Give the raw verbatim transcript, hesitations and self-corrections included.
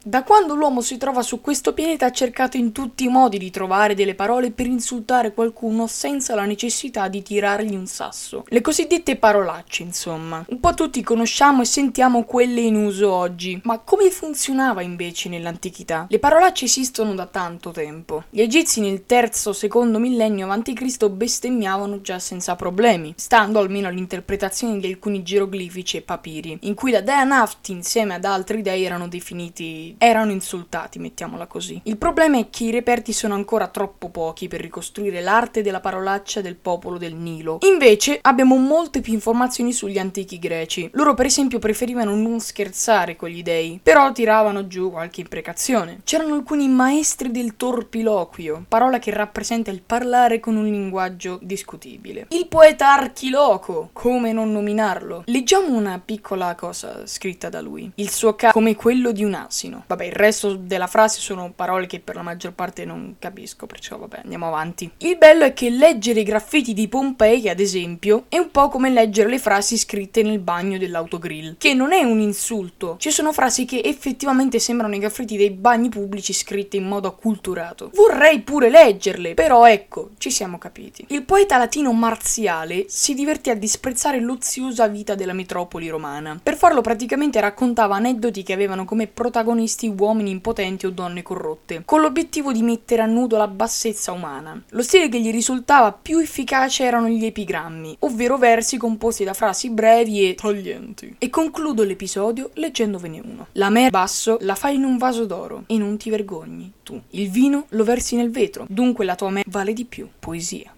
Da quando l'uomo si trova su questo pianeta ha cercato in tutti i modi di trovare delle parole per insultare qualcuno senza la necessità di tirargli un sasso. Le cosiddette parolacce, insomma. Un po' tutti conosciamo e sentiamo quelle in uso oggi. Ma come funzionava invece nell'antichità? Le parolacce esistono da tanto tempo. Gli egizi nel terzo secondo millennio avanti Cristo bestemmiavano già senza problemi, stando almeno all'interpretazione di alcuni geroglifici e papiri, in cui la dea Naft insieme ad altri dei erano definiti erano insultati, mettiamola così. Il problema è che i reperti sono ancora troppo pochi per ricostruire l'arte della parolaccia del popolo del Nilo. Invece abbiamo molte più informazioni sugli antichi greci. Loro per esempio preferivano non scherzare con gli dei, però tiravano giù qualche imprecazione. C'erano alcuni maestri del torpiloquio, parola che rappresenta il parlare con un linguaggio discutibile. Il poeta Archiloco, come non nominarlo? Leggiamo una piccola cosa scritta da lui. Il suo ca come quello di un asino. Vabbè, il resto della frase sono parole che per la maggior parte non capisco, perciò vabbè, andiamo avanti. Il bello è che leggere i graffiti di Pompei, ad esempio, è un po' come leggere le frasi scritte nel bagno dell'autogrill, che non è un insulto. Ci sono frasi che effettivamente sembrano i graffiti dei bagni pubblici scritte in modo acculturato. Vorrei pure leggerle, però ecco, ci siamo capiti. Il poeta latino Marziale si divertì a disprezzare l'oziosa vita della metropoli romana. Per farlo praticamente raccontava aneddoti che avevano come protagonisti uomini impotenti o donne corrotte, con l'obiettivo di mettere a nudo la bassezza umana. Lo stile che gli risultava più efficace erano gli epigrammi, ovvero versi composti da frasi brevi e taglienti. E concludo l'episodio leggendovene uno. La mer basso la fai in un vaso d'oro e non ti vergogni, tu. Il vino lo versi nel vetro, dunque la tua mer vale di più. Poesia.